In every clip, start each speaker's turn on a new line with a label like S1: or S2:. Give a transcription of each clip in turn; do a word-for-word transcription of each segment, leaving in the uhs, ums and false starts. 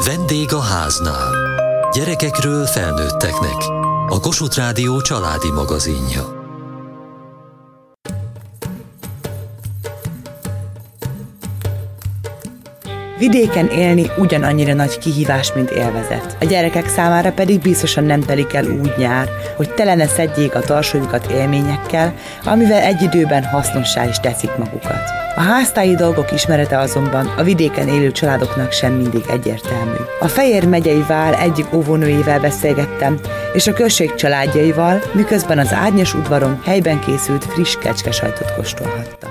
S1: Vendég a háznál. Gyerekekről felnőtteknek. A Kossuth Rádió családi magazinja.
S2: Vidéken élni ugyanannyira nagy kihívás, mint élvezet. A gyerekek számára pedig biztosan nem telik el úgy nyár, hogy tele ne szedjék a tarsójukat élményekkel, amivel egy időben hasznossá is teszik magukat. A háztáji dolgok ismerete azonban a vidéken élő családoknak sem mindig egyértelmű. A Fejér megyei Vál egyik óvónőjével beszélgettem, és a község családjaival, miközben az árnyas udvaron helyben készült friss kecskesajtot kóstolhattam.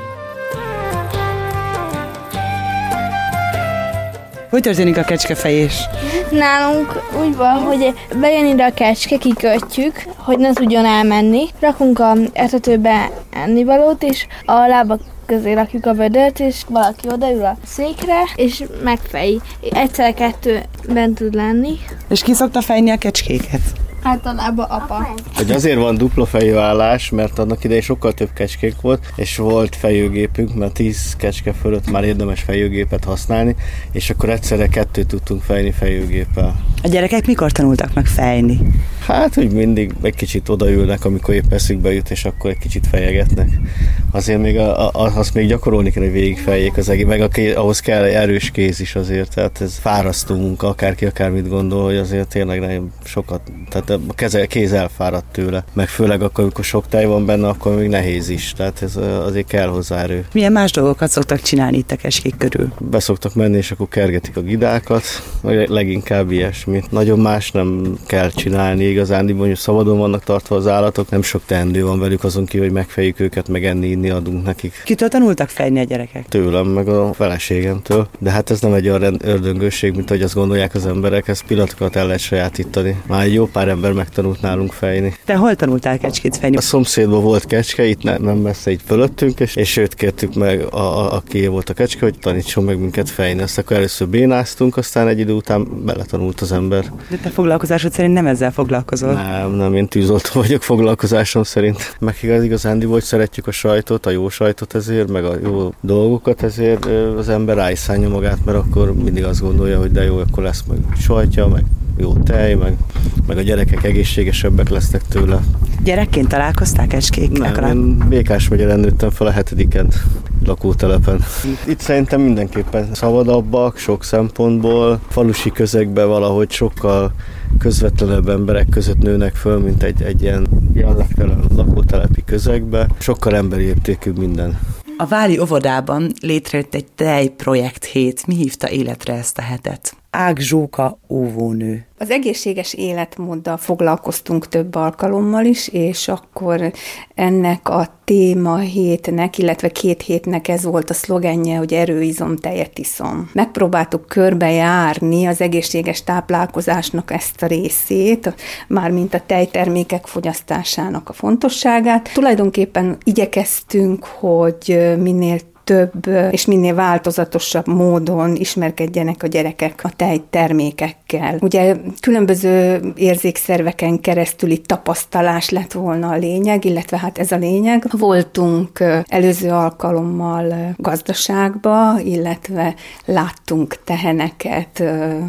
S2: Hogy történik a kecskefejés?
S3: Nálunk úgy van, hogy bejön ide a kecske, kikötjük, hogy ne tudjon elmenni. Rakunk a etetőbe ennivalót, és a lábak közé rakjuk a vödört, és valaki odaül a székre, és megfeji. Egyszer kettőben tud lenni.
S2: És ki szokta fejni a kecskéket?
S3: Általában apa.
S4: Hogy azért van dupla fejőállás, mert annak idején sokkal több kecskék volt, és volt fejőgépünk, mert tíz kecske fölött már érdemes fejőgépet használni, és akkor egyszerre kettőt tudtunk fejni fejőgéppel.
S2: A gyerekek mikor tanultak meg fejni?
S4: Hát, hogy mindig egy kicsit odaülnek, amikor épp eszükbe jut, és akkor egy kicsit fejegetnek. Azért még a, a, azt még gyakorolni kell, hogy végigfejjék az egész, meg a kéz, ahhoz kell egy erős kéz is azért, tehát ez fárasztó munka, akárki akármit gondol, hogy azért tényleg nagyon sokat, tehát a keze, kéz elfáradt tőle, meg főleg akkor, amikor sok tej van benne, akkor még nehéz is, tehát ez azért kell hozzá erő.
S2: Milyen más dolgokat szoktak csinálni itt a kecskék körül?
S4: Beszoktak menni, és akkor kergetik a gidákat, vagy leginkább ilyesmit. Nagyon más nem kell csinálni igazán, mondjuk szabadon vannak tartva az állatok, nem sok teendő van velük azon kívül, hogy megfejjük őket, meg enni, inni adunk nekik.
S2: Kitől tanultak fejni a gyerekek?
S4: Tőlem, meg a feleségemtől. De hát ez nem egy olyan ördöngőség, mint ahogy azt gondolják az emberek, ezt pillanatokat el lehet sajátítani. Már egy jó pár ember megtanult nálunk fejni.
S2: Te hol tanultál kecskét fejni?
S4: A szomszédban volt kecske, itt ne, nem messze így fölöttünk, és, és őt kértük meg, a, a, aki volt a kecske, hogy tanítson meg minket fejni. Azt akkor először bénáztunk, aztán egy idő után beletanult az ember.
S2: De te foglalkozásod szerint nem ezzel foglalkozol?
S4: Nem, nem, én tűzoltó vagyok foglalkozásom szerint. Meg igaz, igazán, hogy szeretjük a sajtot, a jó sajtot ezért, meg a jó dolgokat ezért az ember ráiszánja magát, mert akkor mindig azt gondolja, hogy de jó, akkor lesz meg sajtja, meg jó tej, meg, meg a gyerekek egészségesebbek lesznek tőle.
S2: Gyerekként találkozták kecskéknek?
S4: Nem, én Békás megyeren nőttem fel a hetediken lakótelepen. Itt szerintem mindenképpen szabadabbak, sok szempontból. Falusi közegben valahogy sokkal közvetlenebb emberek között nőnek föl, mint egy, egy ilyen jellegtelen lakótelepi közegben. Sokkal emberi értékű minden.
S2: A váli óvodában létrejött egy tejprojekt hét. Mi hívta életre ezt a hetet? Ág Zsóka óvónő.
S5: Az egészséges életmóddal foglalkoztunk több alkalommal is, és akkor ennek a téma hétnek, illetve két hétnek ez volt a szlogenje, hogy erőizom, tejet iszom. Megpróbáltuk körbejárni az egészséges táplálkozásnak ezt a részét, mármint a tejtermékek fogyasztásának a fontosságát. Tulajdonképpen igyekeztünk, hogy minél több és minél változatosabb módon ismerkedjenek a gyerekek a tejtermékekkel. Ugye különböző érzékszerveken keresztüli tapasztalás lett volna a lényeg, illetve hát ez a lényeg. Voltunk előző alkalommal gazdaságba, illetve láttunk teheneket,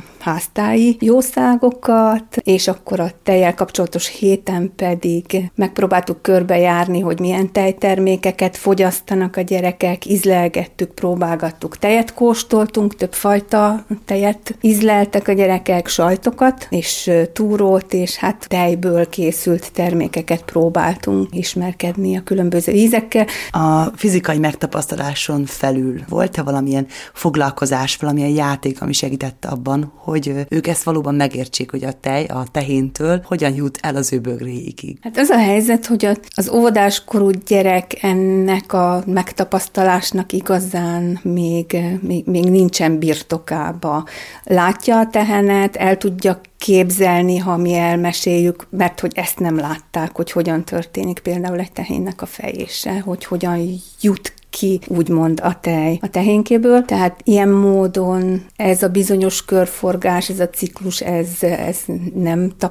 S5: háztáji jószágokat, és akkor a tejjel kapcsolatos héten pedig megpróbáltuk körbejárni, hogy milyen tejtermékeket fogyasztanak a gyerekek, ízlelgettük, próbálgattuk, tejet kóstoltunk, többfajta tejet ízleltek a gyerekek, sajtokat, és túrót, és hát tejből készült termékeket próbáltunk ismerkedni a különböző ízekkel.
S2: A fizikai megtapasztaláson felül volt-e valamilyen foglalkozás, valamilyen játék, ami segítette abban, hogy ők ezt valóban megértsék, hogy a tej a tehéntől hogyan jut el az ő bögréig?
S5: Hát az a helyzet, hogy az óvodáskorú gyerek ennek a megtapasztalásnak igazán még, még, még nincsen birtokába. Látja a tehenet, el tudja képzelni, ha mi elmeséljük, mert hogy ezt nem látták, hogy hogyan történik például egy tehénnek a fejése, hogy hogyan jut ki, úgymond a tej a tehénkéből. Tehát ilyen módon ez a bizonyos körforgás, ez a ciklus, ez, ez nem tapasztal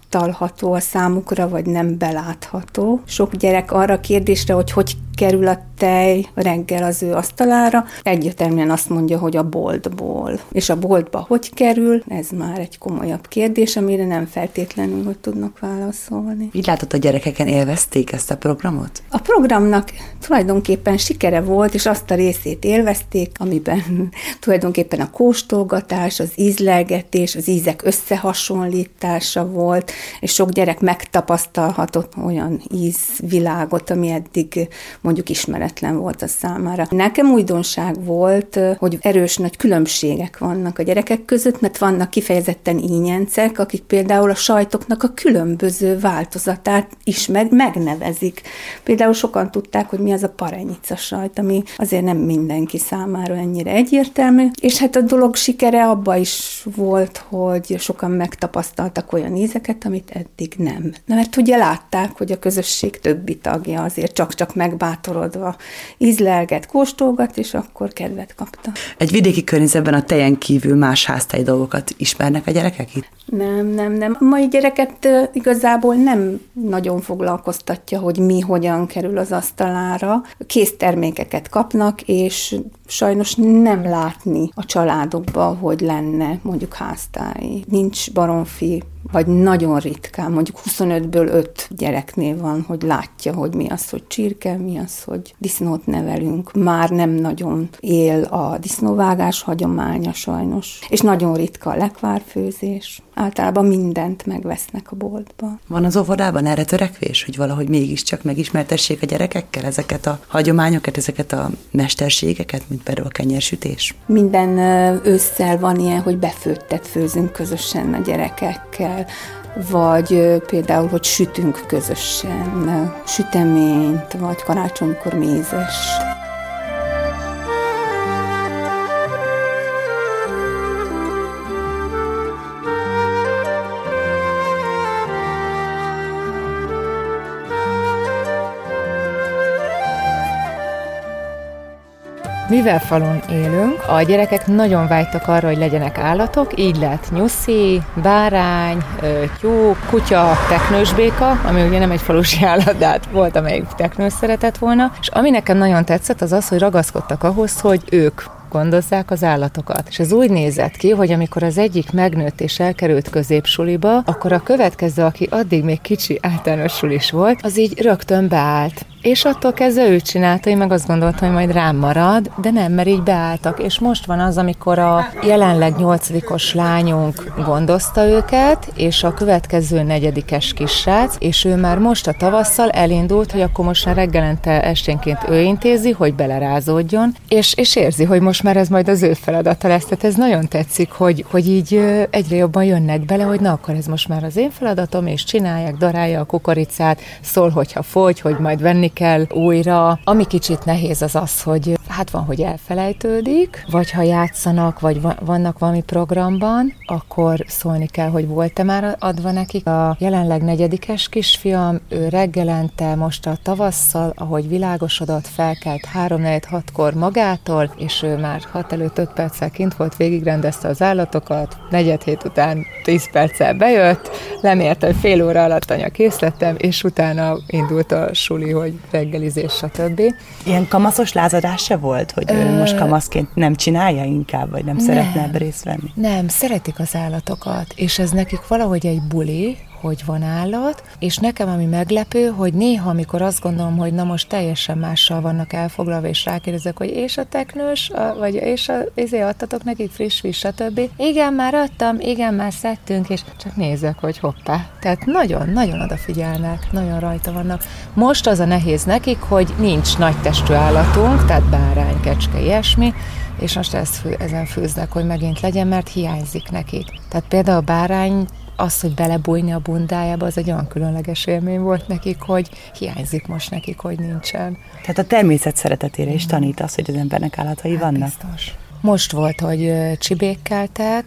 S5: tapasztalható a számukra, vagy nem belátható. Sok gyerek arra a kérdésre, hogy hogy kerül a tej reggel az ő asztalára, egyértelműen azt mondja, hogy a boltból. És a boltba hogy kerül? Ez már egy komolyabb kérdés, amire nem feltétlenül, hogy tudnak válaszolni.
S2: Így látod, a gyerekeken élvezték ezt a programot?
S5: A programnak tulajdonképpen sikere volt, és azt a részét élvezték, amiben tulajdonképpen a kóstolgatás, az ízlelgetés, az ízek összehasonlítása volt, és sok gyerek megtapasztalhatott olyan ízvilágot, ami eddig mondjuk ismeretlen volt a számára. Nekem újdonság volt, hogy erős nagy különbségek vannak a gyerekek között, mert vannak kifejezetten ínyencek, akik például a sajtoknak a különböző változatát is meg, megnevezik. Például sokan tudták, hogy mi az a parenyica sajt, ami azért nem mindenki számára ennyire egyértelmű, és hát a dolog sikere abba is volt, hogy sokan megtapasztaltak olyan ízeket, amit eddig nem. Na, mert ugye látták, hogy a közösség többi tagja azért csak-csak megbátorodva ízlelget, kóstolgat, és akkor kedvet kapta.
S2: Egy vidéki környezetben a tejen kívül más háztáji dolgokat ismernek a gyerekek itt?
S5: Nem, nem, nem. A mai gyereket igazából nem nagyon foglalkoztatja, hogy mi hogyan kerül az asztalára. Késztermékeket kapnak, és sajnos nem látni a családokban, hogy lenne mondjuk háztály. Nincs baromfi, vagy nagyon ritkán, mondjuk huszonötből öt gyereknél van, hogy látja, hogy mi az, hogy csirke, mi az, hogy disznót nevelünk. Már nem nagyon él a disznóvágás hagyománya sajnos, és nagyon ritka a lekvárfőzés. Általában mindent megvesznek a boltba.
S2: Van az óvodában erre törekvés, hogy valahogy mégiscsak megismertessék a gyerekekkel ezeket a hagyományokat, ezeket a mesterségeket, mint például a kenyersütés?
S5: Minden ősszel van ilyen, hogy befőttet főzünk közösen a gyerekekkel, vagy például, hogy sütünk közösen süteményt, vagy karácsonykor mézes.
S6: Mivel falun élünk, a gyerekek nagyon vágytak arra, hogy legyenek állatok, így lett nyuszi, bárány, tyúk, kutya, teknősbéka, ami ugye nem egy falusi állat, de hát volt, amelyik teknős szeretett volna. És ami nekem nagyon tetszett, az az, hogy ragaszkodtak ahhoz, hogy ők gondozzák az állatokat. És ez úgy nézett ki, hogy amikor az egyik megnőtt és elkerült középsuliba, akkor a következő, aki addig még kicsi általános sulis volt, az így rögtön beállt. És attól kezdve ő csinálta, én meg azt gondoltam, hogy majd rám marad, de nem, mert így beálltak. És most van az, amikor a jelenleg nyolcadikos lányunk gondozta őket, és a következő negyedikes kissrác, és ő már most a tavasszal elindult, hogy akkor most már reggelente esténként ő intézi, hogy belerázódjon, és, és érzi, hogy most már ez majd az ő feladata lesz. Tehát ez nagyon tetszik, hogy, hogy így egyre jobban jönnek bele, hogy na, akkor ez most már az én feladatom, és csinálják, darálja a kukoricát, szól, hogyha fogy, hogy majd venni kell újra. Ami kicsit nehéz az az, hogy hát van, hogy elfelejtődik, vagy ha játszanak, vagy vannak valami programban, akkor szólni kell, hogy volt-e már adva nekik. A jelenleg negyedikes kisfiam, ő reggelente most a tavasszal, ahogy világosodott, felkelt háromnegyed hatkor magától, és ő már hat előtt öt perccel kint volt, végigrendezte az állatokat, negyed hét után tíz perccel bejött, lemérte, hogy fél óra alatt anya kész lettem, és utána indult a suli, hogy reggelizés, stb.
S2: Ilyen kamaszos lázadás se volt, hogy ő most kamaszként nem csinálja inkább, vagy nem, nem szeretne ebbe részt venni?
S6: Nem, szeretik az állatokat, és ez nekik valahogy egy buli, hogy van állat, és nekem ami meglepő, hogy néha, amikor azt gondolom, hogy na most teljesen mással vannak elfoglalva, és rákérdezek, hogy és a teknős, a, vagy és a, ezért adtatok nekik friss víz, stb. Igen, már adtam, igen, már szedtünk, és csak nézek, hogy hoppá. Tehát nagyon-nagyon odafigyelnek, nagyon rajta vannak. Most az a nehéz nekik, hogy nincs nagy testű állatunk, tehát bárány, kecske, ilyesmi, és most ezt, ezen főznek, hogy megint legyen, mert hiányzik nekik. Tehát például a bárány, az, hogy belebújni a bundájába, az egy olyan különleges élmény volt nekik, hogy hiányzik most nekik, hogy nincsen.
S2: Tehát a természet szeretetére is tanít az, hogy az embernek állatai
S6: hát
S2: vannak?
S6: Biztos. Most volt, hogy csibékkeltek,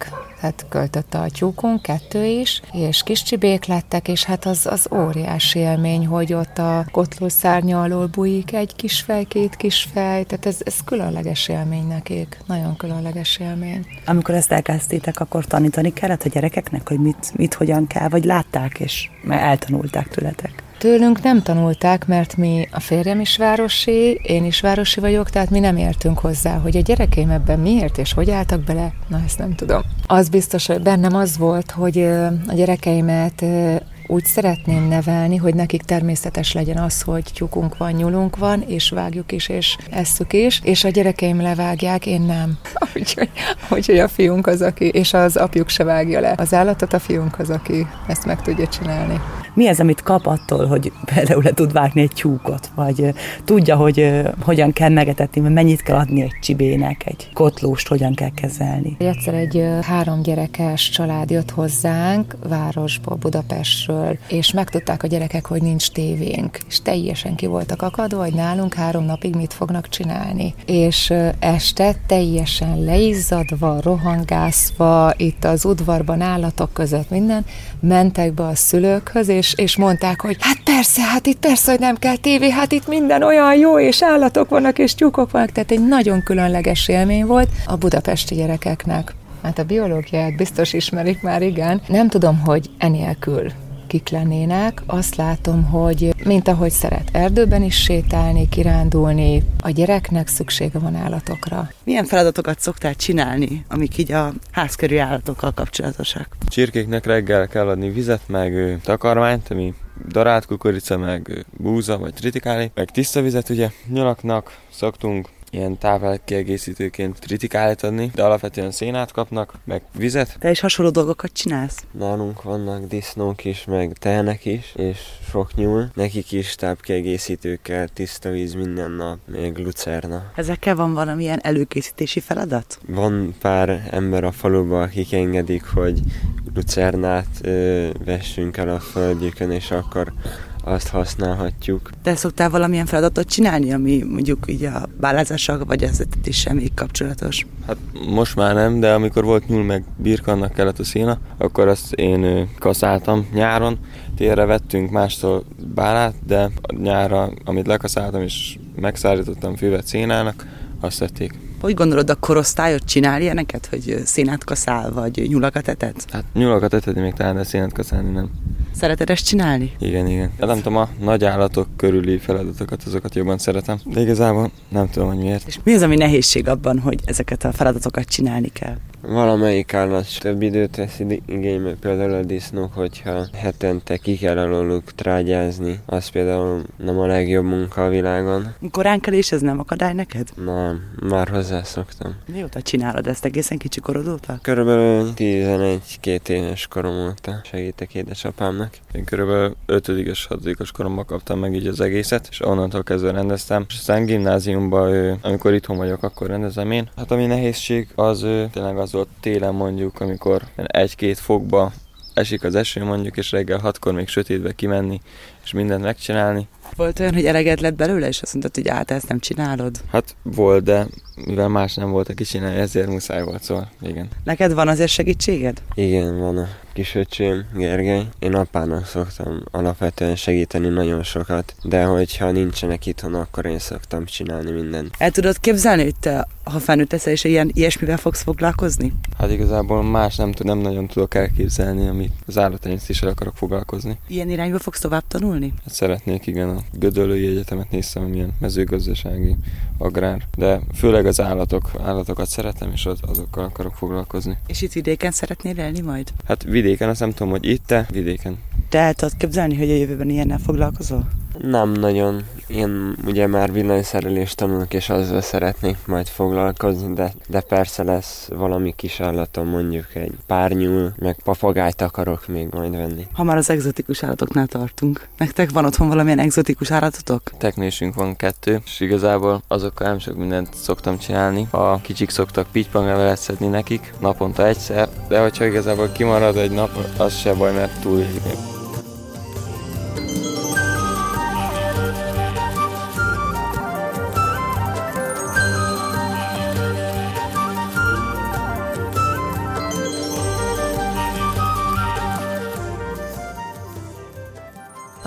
S6: hát költött a tyúkunk, kettő is, és kis csibék lettek, és hát az, az óriási élmény, hogy ott a kotlós szárnya alól bújik egy kis fej, két kis fej, tehát ez, ez különleges élmény nekik, nagyon különleges élmény.
S2: Amikor ezt elkezdtétek, akkor tanítani kellett a gyerekeknek, hogy mit, mit hogyan kell, vagy látták, és már eltanulták tőletek?
S6: Tőlünk nem tanulták, mert mi, a férjem is városi, én is városi vagyok, tehát mi nem értünk hozzá, hogy a gyerekeim ebben miért és hogy álltak bele, na ezt nem tudom. Az biztos, hogy bennem az volt, hogy a gyerekeimet úgy szeretném nevelni, hogy nekik természetes legyen az, hogy tyúkunk van, nyulunk van, és vágjuk is, és esszük is, és a gyerekeim levágják, én nem. Úgyhogy, úgyhogy a fiunk az, aki, és az apjuk se vágja le az állatot, a fiunk az, aki ezt meg tudja csinálni.
S2: Mi az, amit kap attól, hogy például le tud vágni egy tyúkot, vagy tudja, hogy hogyan kell megetetni, mert mennyit kell adni egy csibének, egy kotlóst hogyan kell kezelni?
S6: Egyszer egy három gyerekes család jött hozzánk városból, Budapestről, és megtudták a gyerekek, hogy nincs tévénk, és teljesen ki voltak akadva, hogy nálunk három napig mit fognak csinálni. És este teljesen leizzadva, rohangászva, itt az udvarban állatok között minden, mentek be a szülőkhöz, és, és mondták, hogy hát persze, hát itt persze, hogy nem kell tévé, hát itt minden olyan jó, és állatok vannak, és tyúkok vannak, tehát egy nagyon különleges élmény volt a budapesti gyerekeknek. Hát a biológiát biztos ismerik már, igen. Nem tudom, hogy enélkül kik lennének. Azt látom, hogy mint ahogy szeret erdőben is sétálni, kirándulni, a gyereknek szüksége van állatokra.
S2: Milyen feladatokat szoktál csinálni, amik így a házkörüli állatokkal kapcsolatosak?
S7: Csirkéknek reggel kell adni vizet, meg ö, takarmányt, ami darált kukorica, meg ö, búza, vagy tritikálni, meg tiszta vizet, ugye. Nyulaknak szoktunk ilyen táplálékkiegészítőként tritikálit adni, de alapvetően szénát kapnak, meg vizet.
S2: Te is hasonló dolgokat csinálsz?
S8: Nálunk vannak disznók is, meg tehenek is, és sok nyúl. Nekik is tápkiegészítőkkel, tiszta víz minden nap, még lucerna.
S2: Ezekkel van valamilyen előkészítési feladat?
S8: Van pár ember a faluban, akik engedik, hogy lucernát ö, vessünk el a földjükön, és akkor azt használhatjuk.
S2: Te szoktál valamilyen feladatot csinálni, ami mondjuk így a bálázással vagy az etetéssel még kapcsolatos?
S7: Hát most már nem, de amikor volt nyúl meg birka, annak kellett a széna, akkor azt én ö, kaszáltam nyáron. Térre vettünk mástól bálát, de nyárra, amit lekaszáltam és megszárítottam fővet szénának, azt tették.
S2: Hogy gondolod, a korosztályot csinál ilyeneket, hogy szénát kaszál, vagy nyulakat etet?
S7: Hát nyulakat etetni még talán, de szénát kaszálni nem.
S2: Szereted ezt csinálni?
S7: Igen, igen. De nem tudom, a nagy állatok körüli feladatokat, azokat jobban szeretem. De igazából nem tudom, hogy miért.
S2: És mi az, ami nehézség abban, hogy ezeket a feladatokat csinálni kell?
S8: Valamelyik állat több időt vesz igénybe, például a disznók, hogyha hetente ki kell alóluk trágyázni, az például nem a legjobb munka a világon.
S2: Koránkelés ez nem akadály neked?
S8: Nem, már hozzászoktam.
S2: Mióta csinálod ezt, egészen kicsi korod óta?
S8: Körülbelül tizenegy-két éves korom óta segítek édesapámnak.
S7: Én körülbelül ötödikes, hatodikos koromban kaptam meg így az egészet, és onnantól kezdve rendeztem. És aztán gimnáziumban, amikor itthon vagyok, akkor rendezem én. Hát ami nehézség, az tényleg az volt télen mondjuk, amikor egy-két fokba esik az eső mondjuk, és reggel hatkor még sötétbe kimenni, és mindent megcsinálni.
S2: Volt olyan, hogy eleged lett belőle, és azt mondtad, hogy át ezt nem csinálod?
S7: Hát volt, de mivel más nem volt, aki csinálja, ezért muszáj volt, szóval igen.
S2: Neked van azért segítséged?
S8: Igen, van a kisöcsém, Gergely. Én apának szoktam alapvetően segíteni nagyon sokat, de hogyha nincsenek itthon, akkor én szoktam csinálni mindent.
S2: El tudod képzelni, hogy te, ha felnőtt leszel, és ilyen ilyesmivel fogsz foglalkozni?
S7: Hát igazából más nem, nem nagyon tudok elképzelni, amit az állattenyésztéssel akarok foglalkozni.
S2: Ilyen irányba fogsz tovább tanulni?
S7: Hát szeretnék, igen, a Gödöllői Egyetemet néztem, amilyen mezőgazdasági, agrár, de főleg az állatok, állatokat szeretem, és az, azokkal akarok foglalkozni.
S2: És itt vidéken szeretnél élni majd?
S7: Hát vidéken, azt nem tudom, hogy itt, de vidéken.
S2: Te el tudod képzelni, hogy a jövőben ilyennel foglalkozol?
S8: Nem nagyon. Én ugye már villanyszerelést tanulok, és azzal szeretnék majd foglalkozni, de, de persze lesz valami kis állatom, mondjuk egy pár nyúl, meg papagájt akarok még majd venni.
S2: Ha már az egzotikus állatoknál tartunk, nektek van otthon valamilyen egzotikus állatotok?
S7: Teknésünk van kettő, és igazából azokkal nem sok mindent szoktam csinálni. A kicsik szoktak pitypanglevelet szedni nekik, naponta egyszer, de hogyha igazából kimarad egy nap, az se baj, mert túl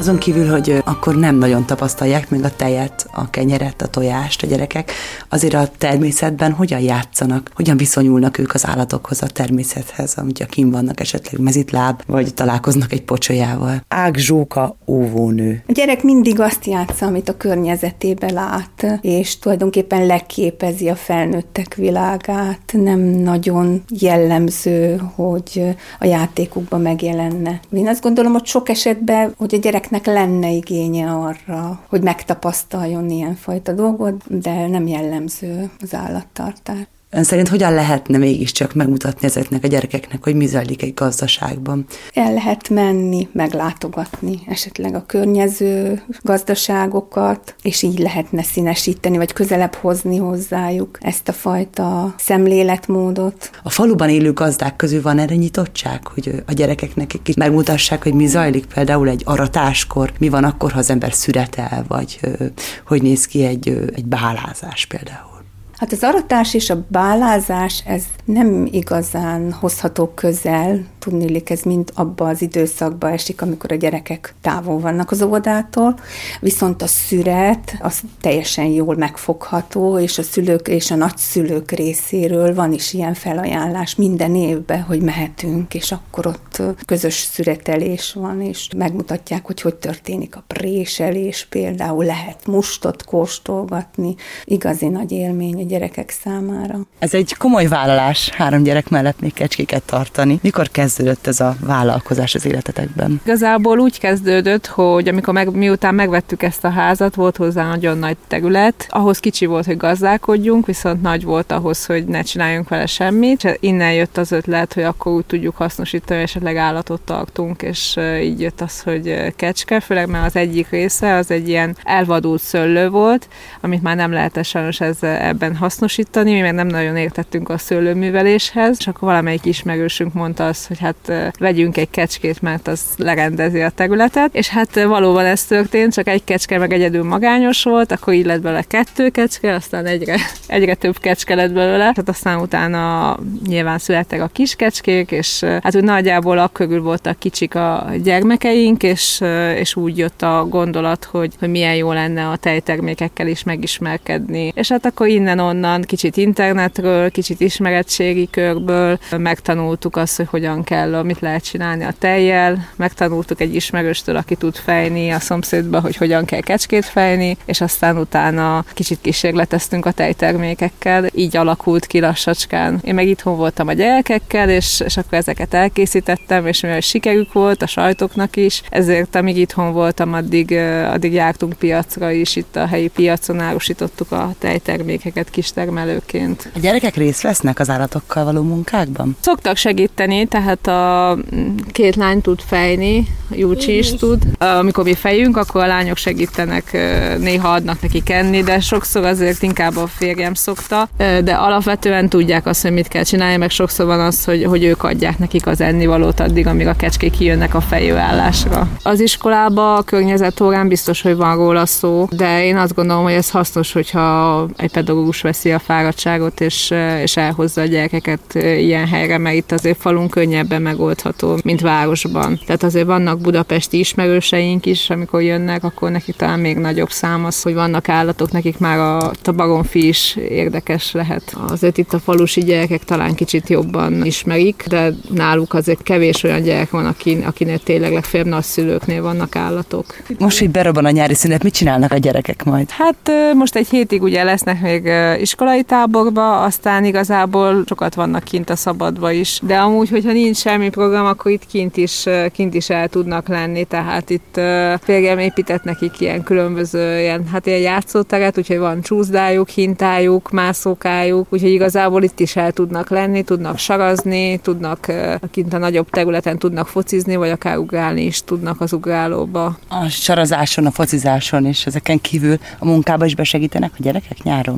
S2: Azon kívül, hogy akkor nem nagyon tapasztalják még a tejet, a kenyeret, a tojást a gyerekek, azért a természetben hogyan játszanak, hogyan viszonyulnak ők az állatokhoz, a természethez, amit a kint vannak, esetleg mezitláb, vagy találkoznak egy pocsolyával. Ág Zsóka, óvónő.
S5: A gyerek mindig azt játsza, amit a környezetében lát, és tulajdonképpen leképezi a felnőttek világát. Nem nagyon jellemző, hogy a játékukban megjelenne. Én azt gondolom, hogy sok esetben, hogy a gyereknek lenne igénye arra, hogy megtapasztaljon ilyenfajta dolgot, de nem jellemző az állattartás.
S2: Ön szerint hogyan lehetne mégiscsak megmutatni ezeknek a gyerekeknek, hogy mi zajlik egy gazdaságban?
S5: El lehet menni, meglátogatni esetleg a környező gazdaságokat, és így lehetne színesíteni, vagy közelebb hozni hozzájuk ezt a fajta szemléletmódot.
S2: A faluban élő gazdák közül van erre nyitottság, hogy a gyerekeknek egy kicsit megmutassák, hogy mi zajlik például egy aratáskor, mi van akkor, ha az ember szüretel, vagy hogy néz ki egy, egy bálázás például.
S5: Hát az aratás és a bálázás, ez nem igazán hozható közel, tudniillik ez mind abba az időszakba esik, amikor a gyerekek távol vannak az óvodától, viszont a szüret az teljesen jól megfogható, és a szülők és a nagyszülők részéről van is ilyen felajánlás minden évben, hogy mehetünk, és akkor ott közös szüretelés van, és megmutatják, hogy hogy történik a préselés, például lehet mustot kóstolgatni, igazi nagy élmény a gyerekek számára. Ez
S2: egy komoly vállalás, három gyerek mellett még kecskéket tartani. Mikor kezdődött ez a vállalkozás az életetekben?
S9: Igazából úgy kezdődött, hogy amikor meg, miután megvettük ezt a házat, volt hozzá nagyon nagy terület. Ahhoz kicsi volt, hogy gazdálkodjunk, viszont nagy volt ahhoz, hogy ne csináljunk vele semmit. És innen jött az ötlet, hogy akkor úgy tudjuk hasznosítani, esetleg állatot tartunk, és így jött az, hogy kecske, főleg mert az egyik része az egy ilyen elvadult szőlő volt, amit már nem lehetett sajnos ez, ebben hasznosítani, mi meg nem nagyon értettünk a szőlőműveléshez, és akkor valamelyik ismerősünk mondta azt, hogy hát vegyünk egy kecskét, mert az lerendezi a területet, és hát valóban ez történt, csak egy kecske meg egyedül magányos volt, akkor így lett belőle kettő kecske, aztán egyre, egyre több kecske lett belőle, hát aztán utána nyilván születtek a kis kecskék, és hát úgy nagyjából akkörül voltak kicsik a gyermekeink, és, és úgy jött a gondolat, hogy, hogy milyen jó lenne a tejtermékekkel is megismerkedni. És hát akkor innen-onnan kicsit internetről, kicsit ismeretségi körből megtanultuk azt, hogy hogyan kell, mit lehet csinálni a tejjel, megtanultuk egy ismerőstől, aki tud fejni a szomszédba, hogy hogyan kell kecskét fejni, és aztán utána kicsit kísérleteztünk a tejtermékekkel, így alakult ki lassacskán. Én meg itthon voltam a gyerekekkel, és, és akkor ezeket elkészítettem, és mivel sikerük volt a sajtoknak is, ezért amíg itthon voltam, addig, addig jártunk piacra is, itt a helyi piacon árusítottuk a tejtermékeket kistermelőként.
S2: A gyerekek részt vesznek az állatokkal való munkákban?
S9: Szoktak segíteni, tehát a két lány tud fejni, Júcsi is tud. Amikor mi fejünk, akkor a lányok segítenek, néha adnak nekik enni, de sokszor azért inkább a férjem szokta, de alapvetően tudják azt, hogy mit kell csinálni, meg sokszor van az, hogy, hogy ők adják nekik az ennivalót addig, amíg a kecskék kijönnek a fejőállásra. Az iskolában, a környezetórán biztos, hogy van róla szó, de én azt gondolom, hogy ez hasznos, hogyha egy pedagógus veszi a fáradtságot, és, és elhozza a gyerekeket ilyen helyre, mert itt azért falun könnyebben megoldható, mint városban. Tehát azért vannak budapesti ismerőseink is, amikor jönnek, akkor nekik talán még nagyobb szám az, hogy vannak állatok, nekik már a, a baromfi is érdekes lehet. Azért itt a falusi gyerekek talán kicsit jobban ismerik, de náluk azért kevés olyan gyerek van, akin, akinél tényleg legfeljebb nagyszülőknél vannak állatok.
S2: Most, hogy berobban a nyári szünet, mit csinálnak a gyerekek majd?
S9: Hát most egy hétig ugye lesznek még iskolai táborba, aztán igazából sokat vannak kint a szabadba is, de amúgy, hogyha nincs semmi program, akkor itt kint is, kint is el tudnak lenni, tehát itt férjem épített nekik ilyen különböző ilyen, hát ilyen játszóteret, úgyhogy van csúszdájuk, hintájuk, mászókájuk, úgyhogy igazából itt is el tudnak lenni, tudnak sarazni, tudnak kint a nagyobb területen tudnak focizni, vagy akár ugrálni is tudnak az ugrálóba.
S2: A sarazáson, a focizáson és ezeken kívül a munkába is besegítenek a gyerekek nyáron?
S9: Hát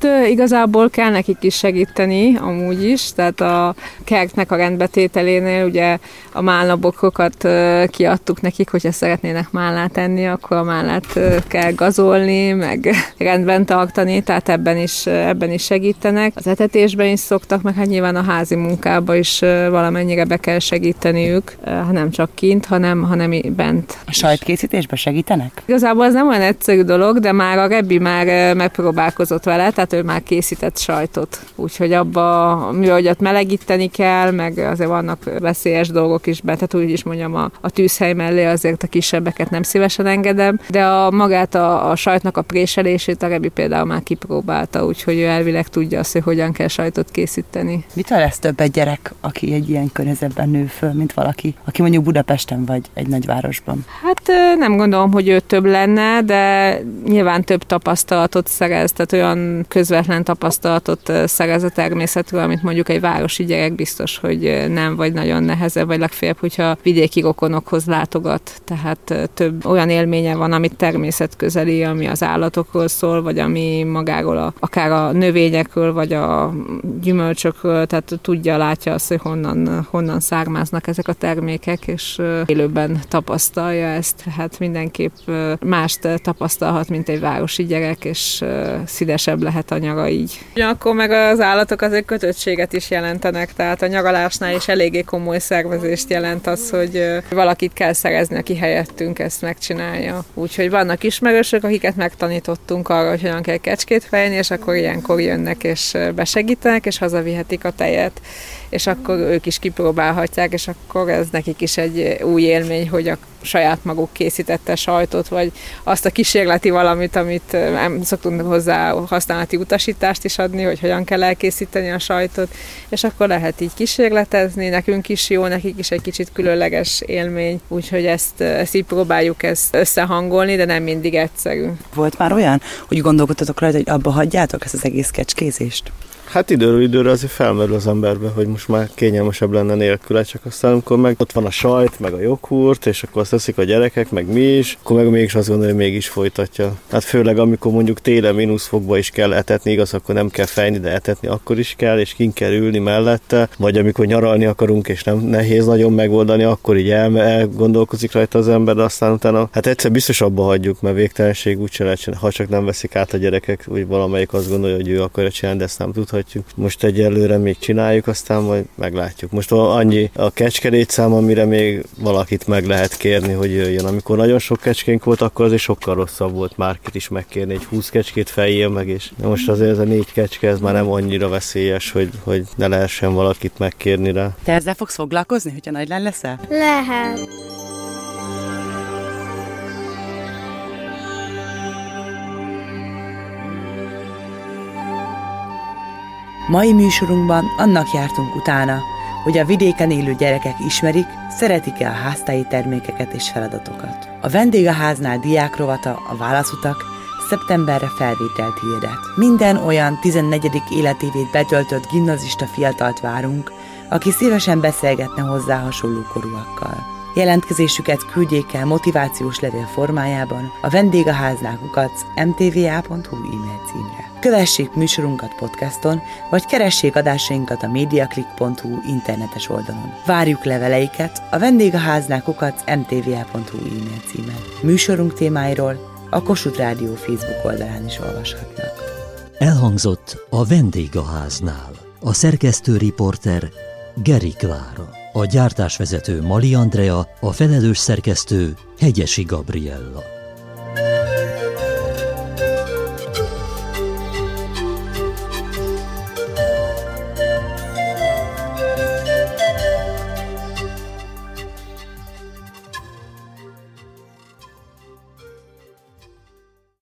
S9: Hát igazából kell nekik is segíteni, amúgy is, tehát a kertnek a rendbetételénél ugye a málnabokrokat kiadtuk nekik, hogyha szeretnének málnát enni, akkor a málnát kell gazolni, meg rendben tartani, tehát ebben is, ebben is segítenek. Az etetésben is szoktak, meg hát nyilván a házi munkába is valamennyire be kell segíteniük, nem csak kint, hanem, hanem bent.
S2: A sajtkészítésben segítenek?
S9: Igazából ez nem olyan egyszerű dolog, de már a Rebi már megpróbálkozott vele, tehát ő már készített sajtot. Úgyhogy abba, mivel ott melegíteni kell, meg azért vannak veszélyes dolgok is be, tehát úgy is mondjam, a, a tűzhely mellé azért a kisebbeket nem szívesen engedem, de a magát a, a sajtnak a préselését a Rebi például már kipróbálta, úgyhogy ő elvileg tudja azt, hogy hogyan kell sajtot készíteni.
S2: Mitől lesz több egy gyerek, aki egy ilyen környezetben nő föl, mint valaki, aki mondjuk Budapesten vagy egy nagyvárosban?
S9: Hát nem gondolom, hogy ő több lenne, de nyilván több tapasztalatot szerez, tehát olyan közvetlen tapasztalatot szerez a természetről, amit mondjuk egy városi gyerek biztos, hogy nem, vagy nagyon nehezebb, vagy legfeljebb, hogyha vidéki rokonokhoz látogat. Tehát több olyan élménye van, amit természetközeli, ami az állatokról szól, vagy ami magáról, a, akár a növényekről, vagy a gyümölcsökről, tehát tudja, látja azt, hogy honnan, honnan származnak ezek a termékek, és élőben tapasztalja ezt. Hát mindenképp mást tapasztalhat, mint egy városi gyerek, és színesebb lehet a nyaga így. Ugyanakkor meg az állatok azért kötöttséget is jelentenek, tehát a nyaralásnál is eléggé komoly szervezést jelent az, hogy valakit kell szerezni, aki helyettünk ezt megcsinálja. Úgyhogy vannak ismerősök, akiket megtanítottunk arra, hogy hogyan kell kecskét fejni, és akkor ilyenkor jönnek és besegítenek, és hazavihetik a tejet, és akkor ők is kipróbálhatják, és akkor ez nekik is egy új élmény, hogy a saját maguk készítette sajtot, vagy azt a kísérleti valamit, amit nem szoktunk hozzá használati utasítást is adni, hogy hogyan kell elkészíteni a sajtot, és akkor lehet így kísérletezni, nekünk is jó, nekik is egy kicsit különleges élmény, úgyhogy ezt, ezt így próbáljuk ezt összehangolni, de nem mindig egyszerű.
S2: Volt már olyan, hogy gondolkodtatok rajta, hogy abba hagyjátok ezt az egész kecskézést?
S4: Hát időről időre azért felmerül az emberbe, hogy most már kényelmesebb lenne nélküle, csak aztán amikor meg ott van a sajt, meg a joghurt, és akkor azt teszik a gyerekek, meg mi is, akkor meg mégis azt gondolja, hogy mégis folytatja. Hát főleg amikor mondjuk télen mínuszfokba is kell etetni, igaz, akkor nem kell fejni, de etetni akkor is kell, és kint kell ülni mellette, vagy amikor nyaralni akarunk, és nem nehéz nagyon megoldani, akkor így el, elgondolkozik rajta az ember, de aztán utána, hát egyszer biztos abba hagyjuk, mert végtelenség úgyse lehet csinálni, ha csak nem veszik át a gyerekek, úgy valamelyik azt gondolja, hogy ő akarja csinálni, de ezt nem tudhatjuk. Most egyelőre még csináljuk, aztán majd meglátjuk. Most annyi a kecskelétszám, amire még valakit meg lehet kérni, hogy jöjjön. Amikor nagyon sok kecskénk volt, akkor azért sokkal rosszabb volt márkit is megkérni, egy húsz kecskét feljél meg, és most azért ez a négy kecske, ez már nem annyira veszélyes, hogy, hogy ne lehessen valakit megkérni rá.
S2: Te ezzel fogsz foglalkozni, hogyha nagylány leszel?
S3: Lehet.
S2: Mai műsorunkban annak jártunk utána, hogy a vidéken élő gyerekek ismerik, szeretik-e a háztáji termékeket és feladatokat. A vendégháznál diákrovata, a válaszutak szeptemberre felvételt hirdet. Minden olyan tizennegyedik életévét betöltött gimnazista fiatalt várunk, aki szívesen beszélgetne hozzá hasonló korúakkal. Jelentkezésüket küldjék el motivációs levél formájában a vendégháznál kukac em té vé á pont hú e-mail címre. Kövessék műsorunkat podcaston, vagy keressék adásainkat a mediaclick pont hú internetes oldalon. Várjuk leveleiket a vendégháznál kukac em té vé á pont hú e-mail címen. Műsorunk témáiról a Kossuth Rádió Facebook oldalán is olvashatnak.
S1: Elhangzott a vendégháznál. A szerkesztő riporter Geri Klára, a gyártásvezető Mali Andrea, a felelős szerkesztő Hegyesi Gabriella.